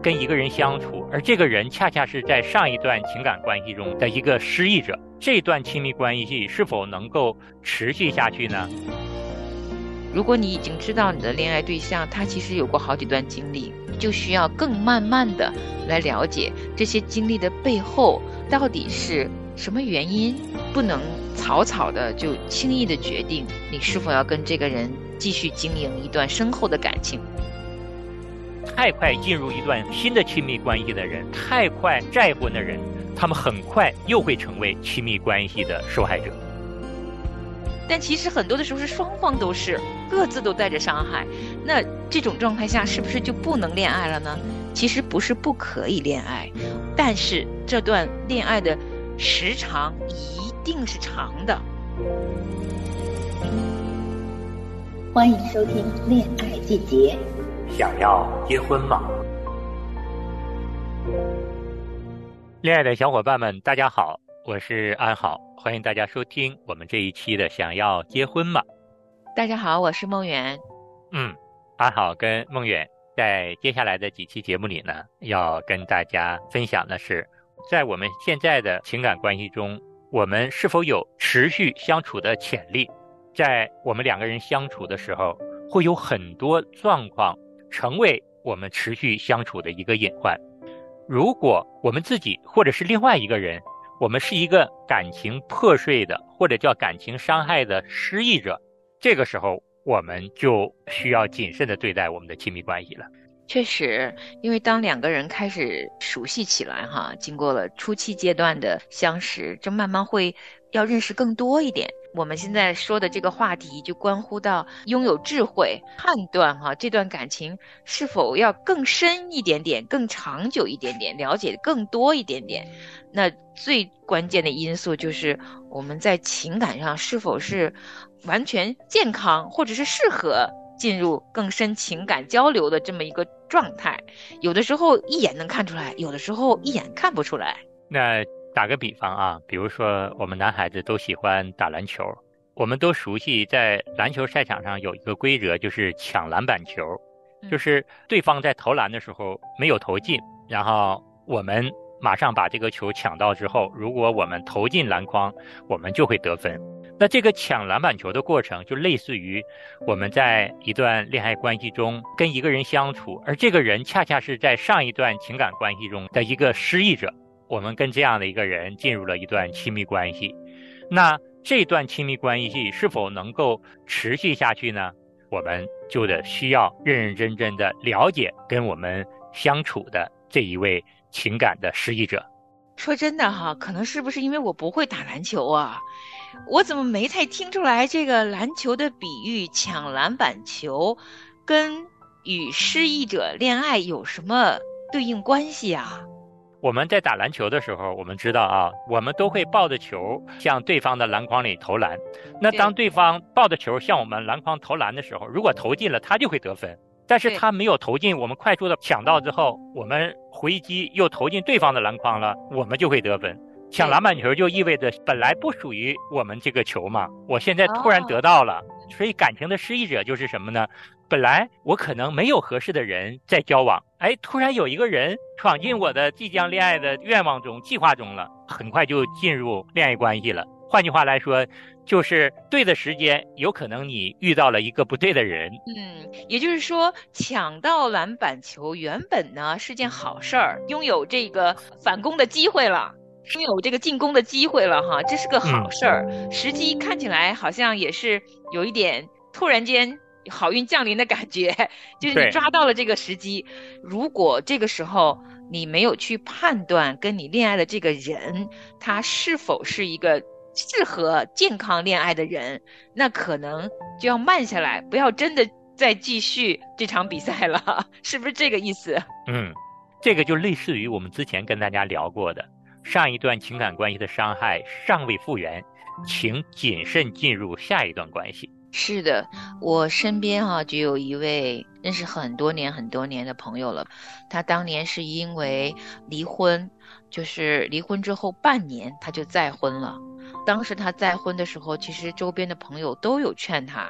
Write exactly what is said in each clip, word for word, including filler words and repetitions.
跟一个人相处，而这个人恰恰是在上一段情感关系中的一个失意者，这段亲密关系是否能够持续下去呢？ 如果你已经知道你的恋爱对象他其实有过好几段经历，就需要更慢慢的来了解这些经历的背后到底是什么原因，不能草草的就轻易的决定你是否要跟这个人继续经营一段深厚的感情。 太快进入一段新的亲密关系的人，太快再婚的人，他们很快又会成为亲密关系的受害者。 但其实很多的时候是双方都是各自都带着伤害，那这种状态下是不是就不能恋爱了呢？其实不是不可以恋爱，但是这段恋爱的时长一定是长的。 欢迎收听恋爱季节。 想要结婚吗？恋爱的小伙伴们大家好，我是安好，欢迎大家收听我们这一期的想要结婚吗。 大家好，我是梦圆。 嗯，安好跟梦远在接下来的几期节目里呢，要跟大家分享的是，在我们现在的情感关系中，我们是否有持续相处的潜力。在我们两个人相处的时候，会有很多状况成为我们持续相处的一个隐患。如果我们自己或者是另外一个人，我们是一个感情破碎的或者叫感情伤害的失意者，这个时候我们就需要谨慎地对待我们的亲密关系了。 确实，因为当两个人开始熟悉起来哈，经过了初期阶段的相识，就慢慢会要认识更多一点。我们现在说的这个话题就关乎到拥有智慧判断哈，这段感情是否要更深一点点，更长久一点点，了解更多一点点。那最关键的因素就是我们在情感上是否是完全健康，或者是适合进入更深情感交流的这么一个状态。有的时候一眼能看出来，有的时候一眼看不出来。 那打个比方啊，比如说我们男孩子都喜欢打篮球，我们都熟悉在篮球赛场上有一个规则，就是抢篮板球，就是对方在投篮的时候没有投进，然后我们马上把这个球抢到之后，如果我们投进篮筐，我们就会得分。那这个抢篮板球的过程就类似于我们在一段恋爱关系中跟一个人相处，而这个人恰恰是在上一段情感关系中的一个失意者，我们跟这样的一个人进入了一段亲密关系。那这段亲密关系是否能够持续下去呢？我们就得需要认认真真的了解跟我们相处的这一位情感的失意者。 说真的哈，可能是不是因为我不会打篮球啊？我怎么没太听出来这个篮球的比喻抢篮板球跟与失意者恋爱有什么对应关系啊？ 我们在打篮球的时候，我们知道啊，我们都会抱着球向对方的篮筐里投篮。那当对方抱着球向我们篮筐投篮的时候，如果投进了，他就会得分。但是他没有投进，我们快速的抢到之后，我们回击又投进对方的篮筐了，我们就会得分。抢篮板球就意味着本来不属于我们这个球嘛，我现在突然得到了。所以感情的失意者就是什么呢？本来我可能没有合适的人在交往，哎，突然有一个人闯进我的即将恋爱的愿望中、计划中了，很快就进入恋爱关系了。换句话来说，就是对的时间，有可能你遇到了一个不对的人。 嗯，也就是说，抢到篮板球原本呢是件好事儿，拥有这个反攻的机会了。拥有这个进攻的机会了哈，这是个好事儿。嗯、时机看起来好像也是有一点突然间好运降临的感觉，就是你抓到了这个时机。如果这个时候你没有去判断跟你恋爱的这个人，他是否是一个适合健康恋爱的人，那可能就要慢下来，不要真的再继续这场比赛了，是不是这个意思？ 嗯，这个就类似于我们之前跟大家聊过的。上一段情感关系的伤害尚未复原，请谨慎进入下一段关系。 是的，我身边啊就有一位认识很多年很多年的朋友了，他当年是因为离婚，就是离婚之后半年他就再婚了。当时他再婚的时候，其实周边的朋友都有劝他，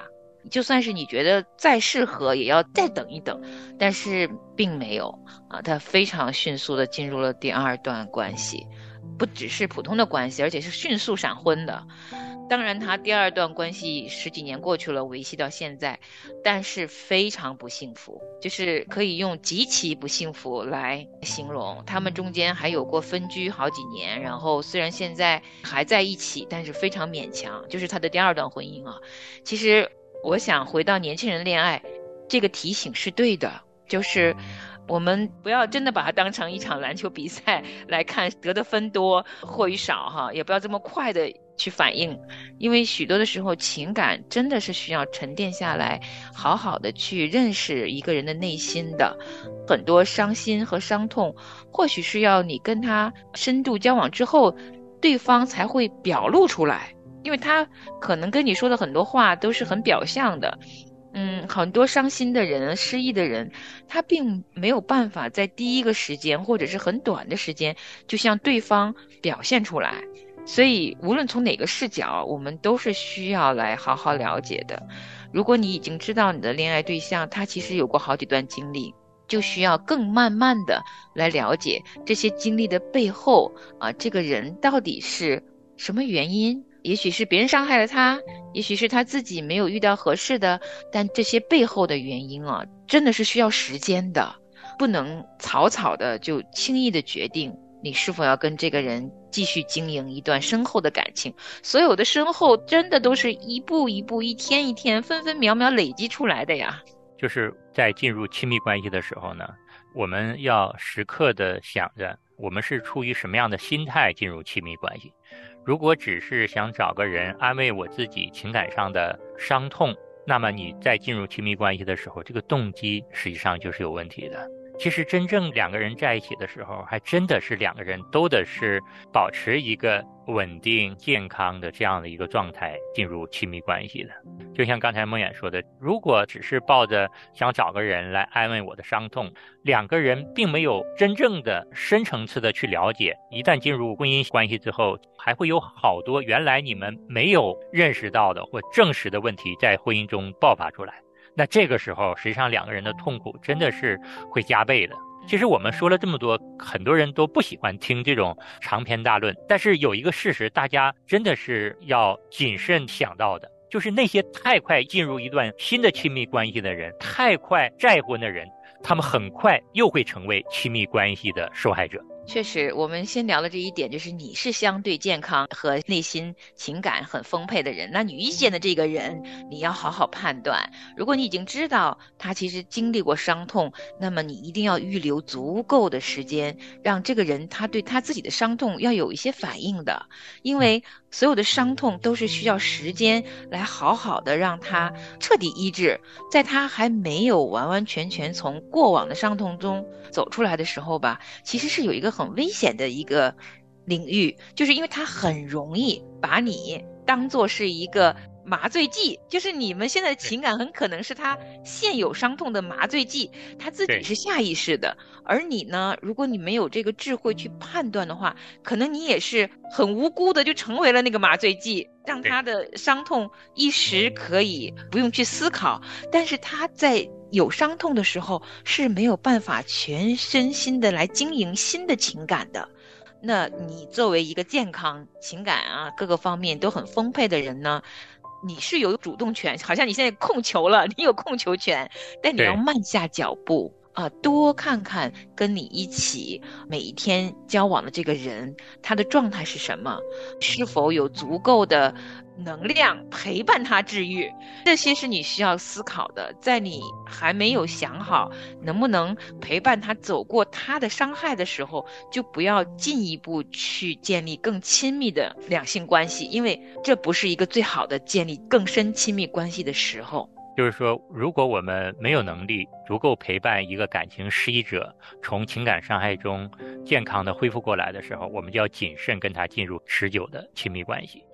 就算是你觉得再适合，也要再等一等。但是并没有啊，他非常迅速的进入了第二段关系，不只是普通的关系，而且是迅速闪婚的。当然他第二段关系十几年过去了，维系到现在，但是非常不幸福，就是可以用极其不幸福来形容。他们中间还有过分居好几年，然后虽然现在还在一起，但是非常勉强，就是他的第二段婚姻啊。其实我想回到年轻人恋爱，这个提醒是对的，就是我们不要真的把它当成一场篮球比赛来看，得的分多或与少哈，也不要这么快的去反应，因为许多的时候情感真的是需要沉淀下来，好好的去认识一个人的内心的。很多伤心和伤痛，或许是要你跟他深度交往之后，对方才会表露出来，因为他可能跟你说的很多话都是很表象的。嗯，很多伤心的人、失意的人，他并没有办法在第一个时间或者是很短的时间就向对方表现出来。所以无论从哪个视角，我们都是需要来好好了解的。如果你已经知道你的恋爱对象他其实有过好几段经历，就需要更慢慢的来了解这些经历的背后啊，这个人到底是什么原因。也许是别人伤害了他，也许是他自己没有遇到合适的，但这些背后的原因啊，真的是需要时间的，不能草草的就轻易的决定你是否要跟这个人继续经营一段深厚的感情。所有的深厚真的都是一步一步、一天一天、分分秒秒累积出来的呀。 就是在进入亲密关系的时候呢，我们要时刻的想着我们是出于什么样的心态进入亲密关系。如果只是想找个人安慰我自己情感上的伤痛，那么你在进入亲密关系的时候，这个动机实际上就是有问题的。其实真正两个人在一起的时候，还真的是两个人都得是保持一个稳定健康的这样的一个状态进入亲密关系的。就像刚才梦远说的，如果只是抱着想找个人来安慰我的伤痛，两个人并没有真正的深层次的去了解，一旦进入婚姻关系之后，还会有好多原来你们没有认识到的或证实的问题在婚姻中爆发出来。那这个时候实际上两个人的痛苦真的是会加倍的。其实我们说了这么多，很多人都不喜欢听这种长篇大论，但是有一个事实大家真的是要谨慎想到的，就是那些太快进入一段新的亲密关系的人，太快再婚的人，他们很快又会成为亲密关系的受害者。 确实，我们先聊了这一点，就是你是相对健康和内心情感很丰沛的人，那你遇见的这个人你要好好判断。如果你已经知道他其实经历过伤痛，那么你一定要预留足够的时间，让这个人他对他自己的伤痛要有一些反应的，因为所有的伤痛都是需要时间来好好的让他彻底医治。在他还没有完完全全从过往的伤痛中走出来的时候吧，其实是有一个很危险的一个领域，就是因为他很容易把你当作是一个麻醉剂，就是你们现在的情感很可能是他现有伤痛的麻醉剂，他自己是下意识的。而你呢，如果你没有这个智慧去判断的话，可能你也是很无辜的就成为了那个麻醉剂，让他的伤痛一时可以不用去思考，但是他在有伤痛的时候是没有办法全身心的来经营新的情感的。那你作为一个健康情感啊各个方面都很丰沛的人呢，你是有主动权，好像你现在控球了，你有控球权，但你要慢下脚步啊，多看看跟你一起每一天交往的这个人，他的状态是什么，是否有足够的能量陪伴他治愈，这些是你需要思考的。在你还没有想好能不能陪伴他走过他的伤害的时候，就不要进一步去建立更亲密的两性关系，因为这不是一个最好的建立更深亲密关系的时候。 就是说，如果我们没有能力足够陪伴一个感情失意者从情感伤害中健康的恢复过来的时候，我们就要谨慎跟他进入持久的亲密关系。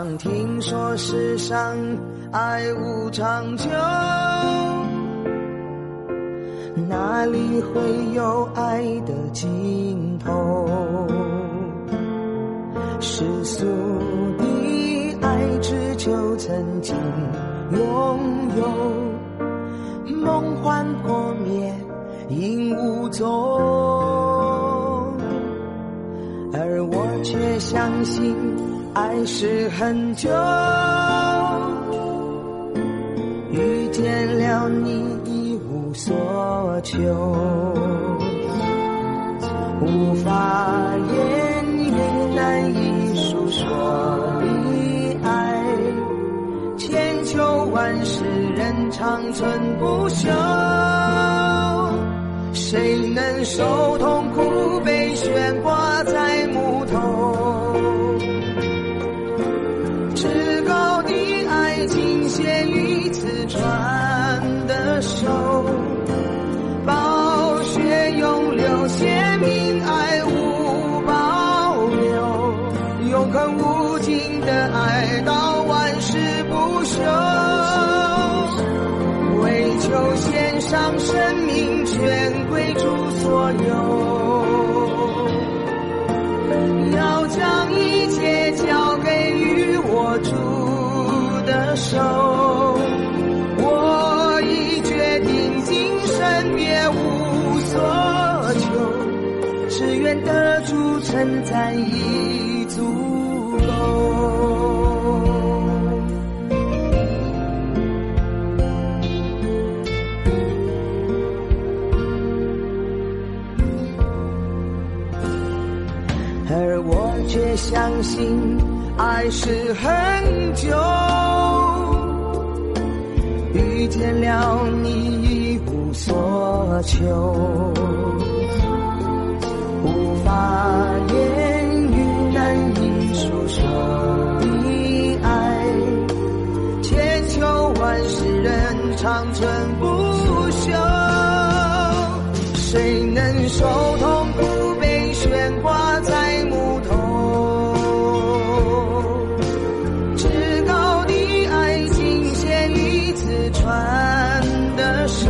常听说世上爱无长久，哪里会有爱的尽头？世俗的爱只求曾经拥有，梦幻破灭影无踪，而我却相信爱是很久，遇见了你一无所求，无法言语难以述说的爱，千秋万世人长存不朽，谁能受痛苦被悬挂在木头？至高的爱尽献于此船的手，宝血永流，鲜明爱无保留，永恒无尽的爱到万世不朽，为求献上生命全归主所有，要将一切交给予我主的手，我已决定今生别无所求，只愿得主称赞已足够。而我却相信爱是很久，遇见了你一无所求，无法言语难以述说的爱，千秋万世人长存不朽，谁能受痛苦被悬挂在木头？至高的爱尽献于此船的手，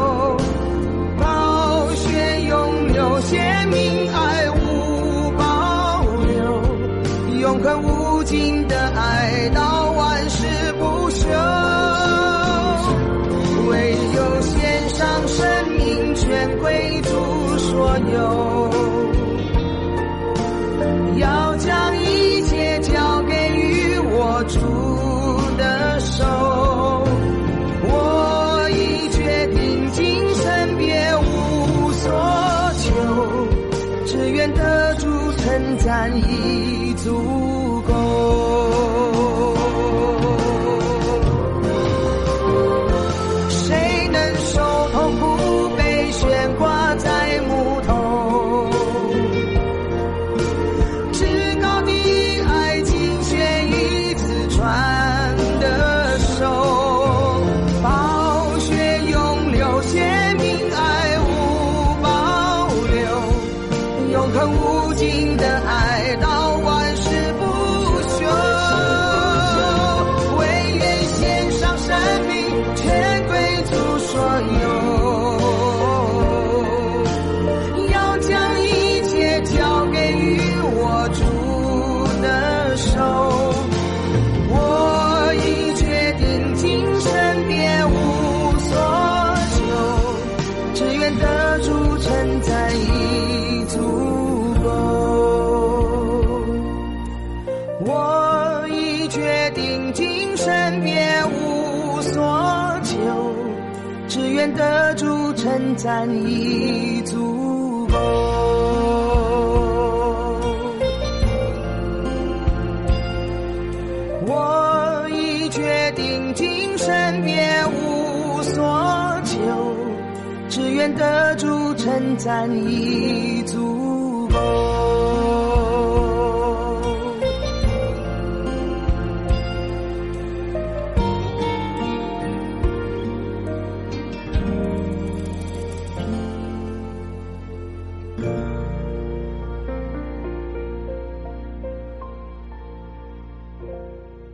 宝血永流，鲜明爱无保留，永恒无尽的爱到万世不朽，唯有献上生命全归主所有，要将一切交给予我主的手，我已决定今生别无所求，只愿得主称赞已足够。谁能受痛苦被悬挂在木头？至高的爱尽献于此船的手，宝血永流，鲜明爱无保留，永恒无尽的爱到万世不朽，唯愿献上生命全归主所有，要将一切交给予我主的手，我已决定今生别无所求，只愿得主称赞已足够，我已决定今生别无所求，只愿得主称赞已足够。我已决定今生别无所求，只愿得主称赞已足够。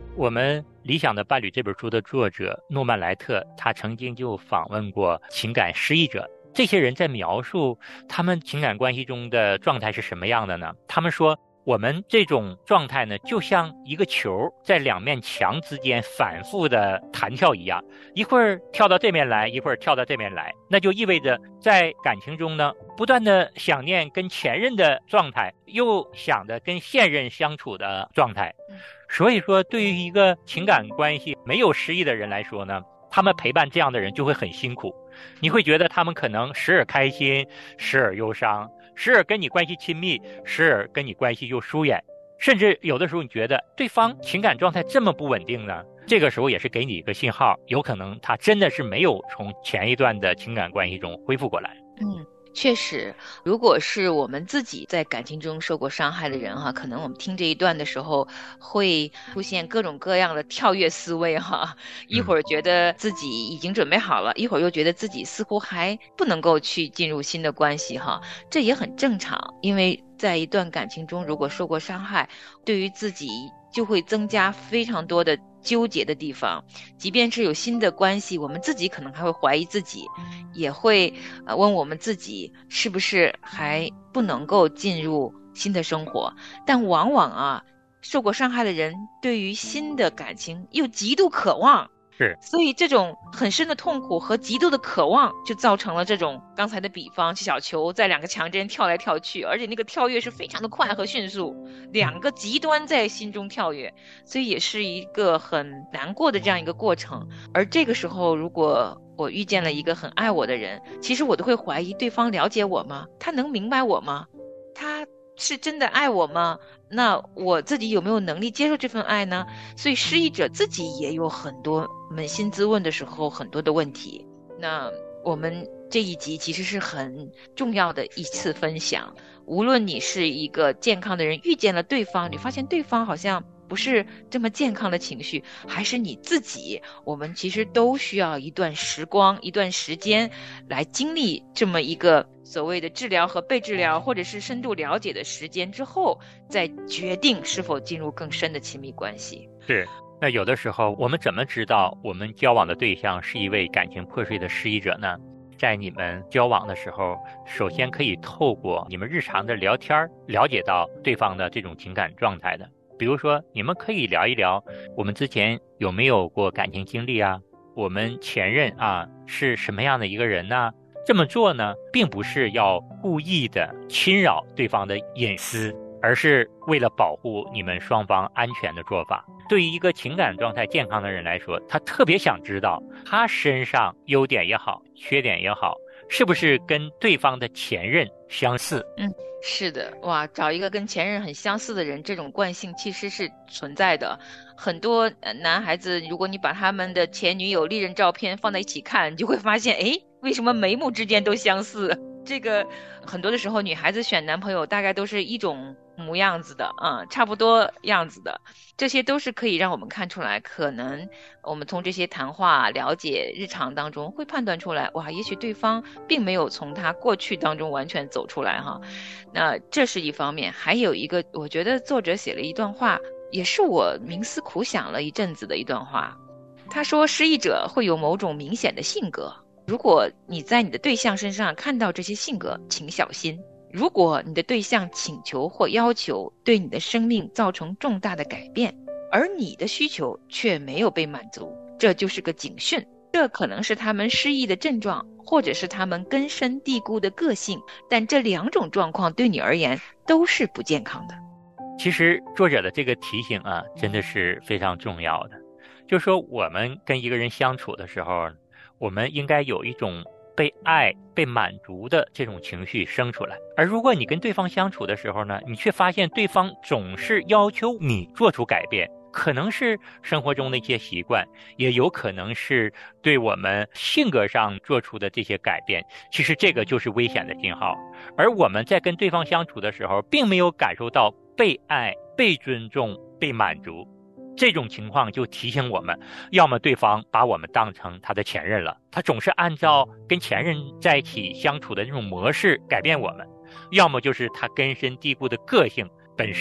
我们《理想的伴侣》这本书的作者诺曼莱特，他曾经就访问过情感失意者，这些人在描述他们情感关系中的状态是什么样的呢？他们说，我们这种状态呢，就像一个球在两面墙之间反复的弹跳一样，一会儿跳到这边来，一会儿跳到这边来，那就意味着在感情中呢，不断的想念跟前任的状态，又想着跟现任相处的状态。所以说，对于一个情感关系没有失意的人来说呢，他们陪伴这样的人就会很辛苦。你会觉得他们可能时而开心，时而忧伤，时而跟你关系亲密，时而跟你关系又疏远，甚至有的时候你觉得对方情感状态这么不稳定呢，这个时候也是给你一个信号，有可能他真的是没有从前一段的情感关系中恢复过来。 嗯，确实，如果是我们自己在感情中受过伤害的人哈，可能我们听这一段的时候会出现各种各样的跳跃思维哈，一会儿觉得自己已经准备好了，一会儿又觉得自己似乎还不能够去进入新的关系哈，这也很正常，因为在一段感情中如果受过伤害，对于自己就会增加非常多的纠结的地方，即便是有新的关系，我们自己可能还会怀疑自己，也会呃问我们自己是不是还不能够进入新的生活。但往往啊，受过伤害的人对于新的感情又极度渴望， 是， 所以这种很深的痛苦和极度的渴望就造成了这种刚才的比方，小球在两个墙之间跳来跳去，而且那个跳跃是非常的快和迅速，两个极端在心中跳跃，所以也是一个很难过的这样一个过程。而这个时候如果我遇见了一个很爱我的人，其实我都会怀疑对方了解我吗？他能明白我吗？他是真的爱我吗？那我自己有没有能力接受这份爱呢？所以失意者自己也有很多扪心自问的时候，很多的问题。那我们这一集其实是很重要的一次分享，无论你是一个健康的人遇见了对方，你发现对方好像不是这么健康的情绪，还是你自己，我们其实都需要一段时光一段时间来经历这么一个所谓的治疗和被治疗或者是深度了解的时间之后，再决定是否进入更深的亲密关系。 是，那有的时候我们怎么知道我们交往的对象是一位感情破碎的失意者呢？在你们交往的时候，首先可以透过你们日常的聊天了解到对方的这种情感状态的。比如说你们可以聊一聊我们之前有没有过感情经历啊，我们前任啊是什么样的一个人呢？这么做呢，并不是要故意的侵扰对方的隐私，而是为了保护你们双方安全的做法。对于一个情感状态健康的人来说，他特别想知道他身上优点也好，缺点也好，是不是跟对方的前任相似。 嗯，是的，哇，找一个跟前任很相似的人，这种惯性其实是存在的。很多男孩子，如果你把他们的前女友历任照片放在一起看，你就会发现，诶，为什么眉目之间都相似？这个很多的时候女孩子选男朋友大概都是一种模样子的啊、嗯，差不多样子的，这些都是可以让我们看出来，可能我们从这些谈话了解日常当中会判断出来，哇，也许对方并没有从他过去当中完全走出来哈。那这是一方面，还有一个我觉得作者写了一段话，也是我冥思苦想了一阵子的一段话。他说失意者会有某种明显的性格，如果你在你的对象身上看到这些性格，请小心。如果你的对象请求或要求对你的生命造成重大的改变，而你的需求却没有被满足，这就是个警讯。这可能是他们失意的症状，或者是他们根深蒂固的个性，但这两种状况对你而言都是不健康的。 其实作者的这个提醒啊，真的是非常重要的。就是说我们跟一个人相处的时候，我们应该有一种被爱被满足的这种情绪生出来。而如果你跟对方相处的时候呢，你却发现对方总是要求你做出改变，可能是生活中的一些习惯，也有可能是对我们性格上做出的这些改变，其实这个就是危险的信号。而我们在跟对方相处的时候，并没有感受到被爱被尊重被满足，这种情况就提醒我们，要么对方把我们当成他的前任了，他总是按照跟前任在一起相处的这种模式改变我们，要么就是他根深蒂固的个性本身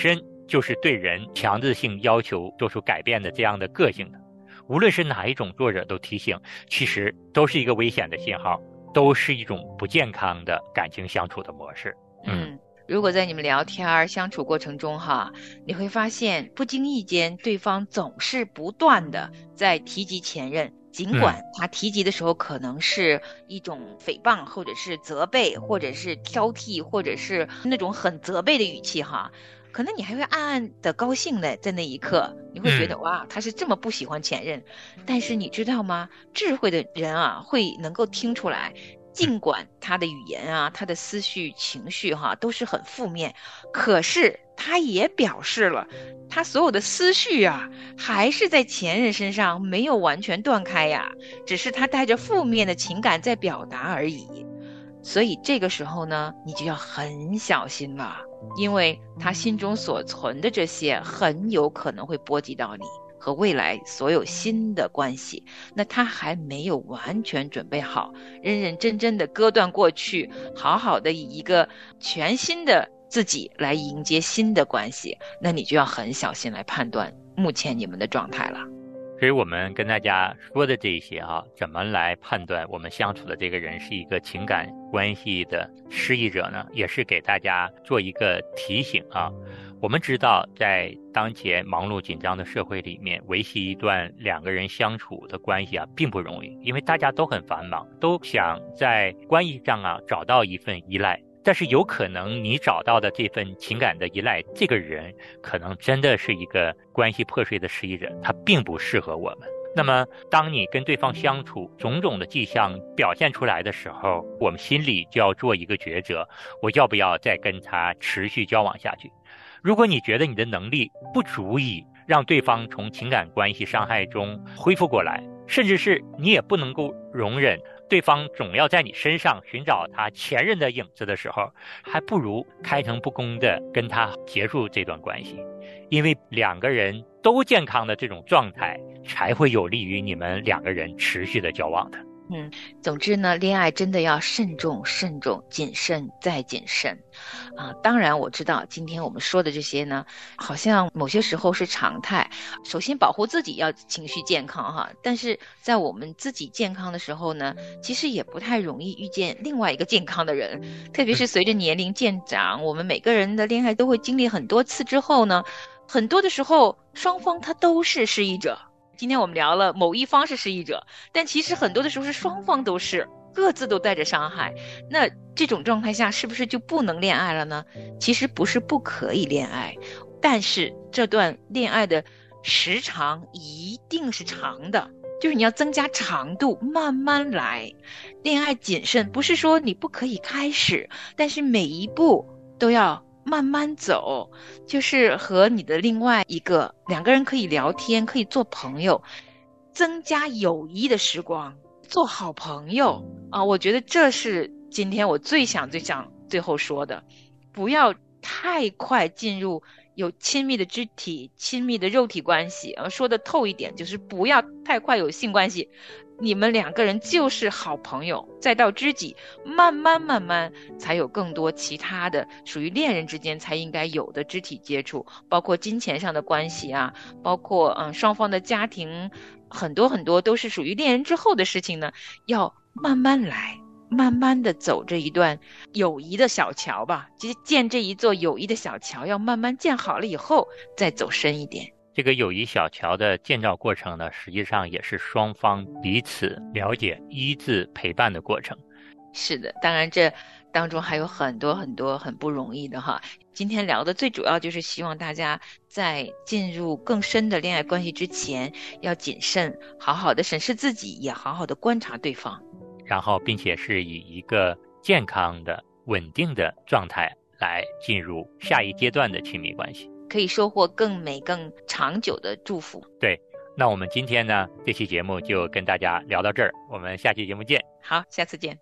就是对人强制性要求做出改变的这样的个性的。无论是哪一种，作者都提醒，其实都是一个危险的信号，都是一种不健康的感情相处的模式。 嗯，如果在你们聊天相处过程中哈，你会发现不经意间对方总是不断的在提及前任，尽管他提及的时候可能是一种诽谤，或者是责备，或者是挑剔，或者是那种很责备的语气哈，可能你还会暗暗的高兴的，在那一刻你会觉得、嗯、哇，他是这么不喜欢前任。但是你知道吗，智慧的人啊会能够听出来，尽管他的语言啊，他的思绪情绪哈都是很负面，可是他也表示了他所有的思绪啊还是在前任身上没有完全断开呀，只是他带着负面的情感在表达而已。所以这个时候呢，你就要很小心了，因为他心中所存的这些很有可能会波及到你和未来所有新的关系。那他还没有完全准备好，认认真真的割断过去，好好的以一个全新的自己来迎接新的关系，那你就要很小心来判断目前你们的状态了。 所以我们跟大家说的这些啊，怎么来判断我们相处的这个人是一个情感关系的失意者呢？也是给大家做一个提醒啊。我们知道在当前忙碌紧张的社会里面，维系一段两个人相处的关系啊并不容易，因为大家都很繁忙，都想在关系上啊找到一份依赖。但是有可能你找到的这份情感的依赖，这个人可能真的是一个关系破碎的失意者，他并不适合我们。那么当你跟对方相处，种种的迹象表现出来的时候，我们心里就要做一个抉择，我要不要再跟他持续交往下去。如果你觉得你的能力不足以让对方从情感关系伤害中恢复过来，甚至是你也不能够容忍对方总要在你身上寻找他前任的影子的时候，还不如开诚布公的跟他结束这段关系。因为两个人都健康的这种状态，才会有利于你们两个人持续的交往的。 嗯，总之呢，恋爱真的要慎重、慎重、谨慎再谨慎啊！当然，我知道今天我们说的这些呢，好像某些时候是常态。首先，保护自己要情绪健康哈，但是在我们自己健康的时候呢，其实也不太容易遇见另外一个健康的人。特别是随着年龄渐长，我们每个人的恋爱都会经历很多次之后呢，很多的时候双方他都是失意者。今天我们聊了某一方是失意者，但其实很多的时候是双方都是，各自都带着伤害。那这种状态下是不是就不能恋爱了呢？其实不是不可以恋爱，但是这段恋爱的时长一定是长的，就是你要增加长度，慢慢来。恋爱谨慎，不是说你不可以开始，但是每一步都要慢慢走，就是和你的另外一个两个人可以聊天，可以做朋友，增加友谊的时光，做好朋友啊！我觉得这是今天我最想最想最后说的，不要太快进入有亲密的肢体、亲密的肉体关系啊。说的透一点，就是不要太快有性关系。你们两个人就是好朋友，再到知己，慢慢慢慢才有更多其他的属于恋人之间才应该有的肢体接触，包括金钱上的关系啊，包括嗯双方的家庭，很多很多都是属于恋人之后的事情呢，要慢慢来，慢慢的走这一段友谊的小桥吧，其实建这一座友谊的小桥要慢慢建好了以后再走深一点。 这个友谊小桥的建造过程呢，实际上也是双方彼此了解、医治、陪伴的过程。 是的，当然这当中还有很多很多很不容易的哈。今天聊的最主要就是希望大家在进入更深的恋爱关系之前要谨慎，好好的审视自己，也好好的观察对方， 然后并且是以一个健康的、稳定的状态来进入下一阶段的亲密关系， 可以收获更美更长久的祝福。 对，那我们今天呢，这期节目就跟大家聊到这儿，我们下期节目见。 好，下次见。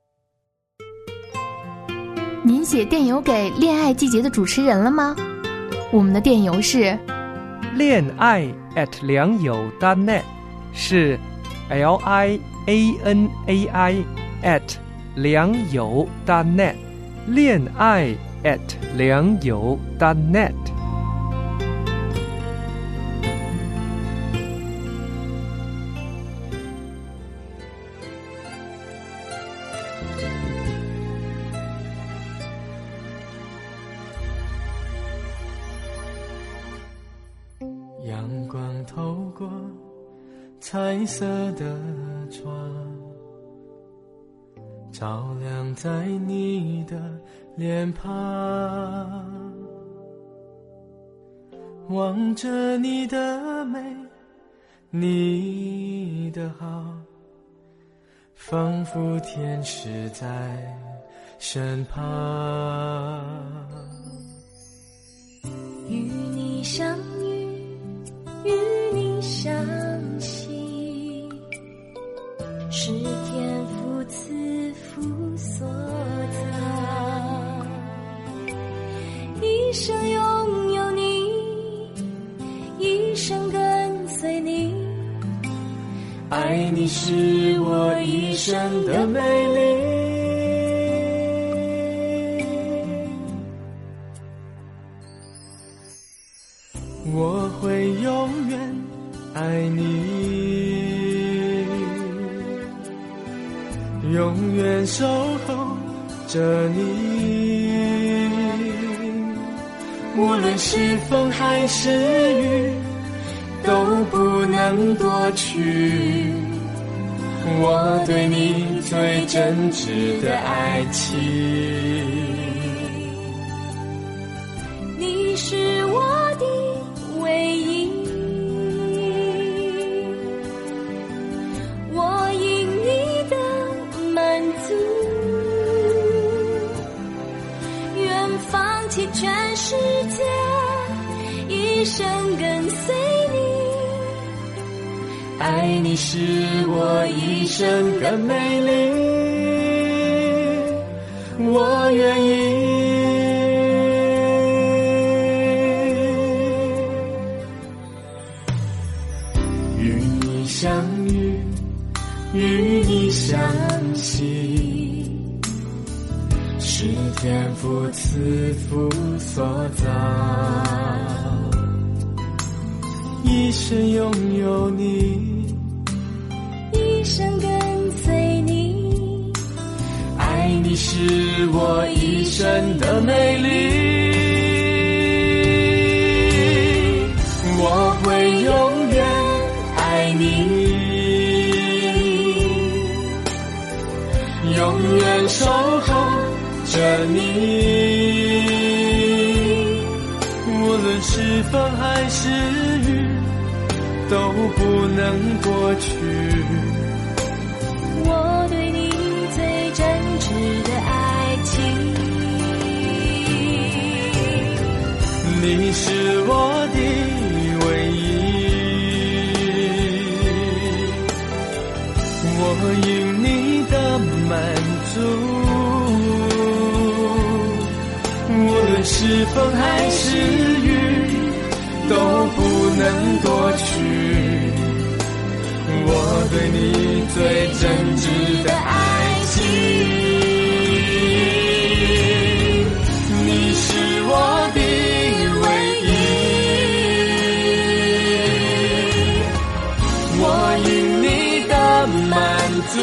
您写电邮给恋爱季节的主持人了吗？我们的电邮是恋爱 at 良友 .net， 是 L I A N A I at 良友 .net， 恋爱 at 良友 .net。 阳透过彩色的窗，照亮在你的脸庞，望着你的美，你的好，仿佛天使在身旁。 与你相遇，与你相惜，是天父赐福所造，一生拥有你，一生跟随你， 爱你是我一生的美丽。我会永远爱你，永远守候着你，无论是风还是雨，都不能夺去我对你最真挚的爱情。 你是我的唯一，我因你的满足，愿放弃全世界，一生跟随你。 爱你是我一生的美丽，我愿意。相遇，与你相惜，是天父赐福所造，一生拥有你， 一生跟随你， 爱你是我一生的美丽。我会永远爱你，永远守候着你，无论是风还是雨，都不能夺去我对你最真挚的爱情。 你是我的唯一，我因你的满足，无论是风还是雨，都不能夺取我对你最真挚的爱情。你是我的唯一，我因你的满足，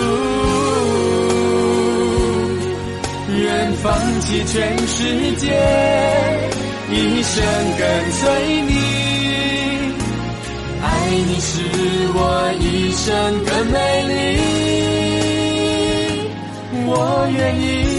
愿放弃全世界，一生跟随你。爱你是我一生的美丽，我愿意。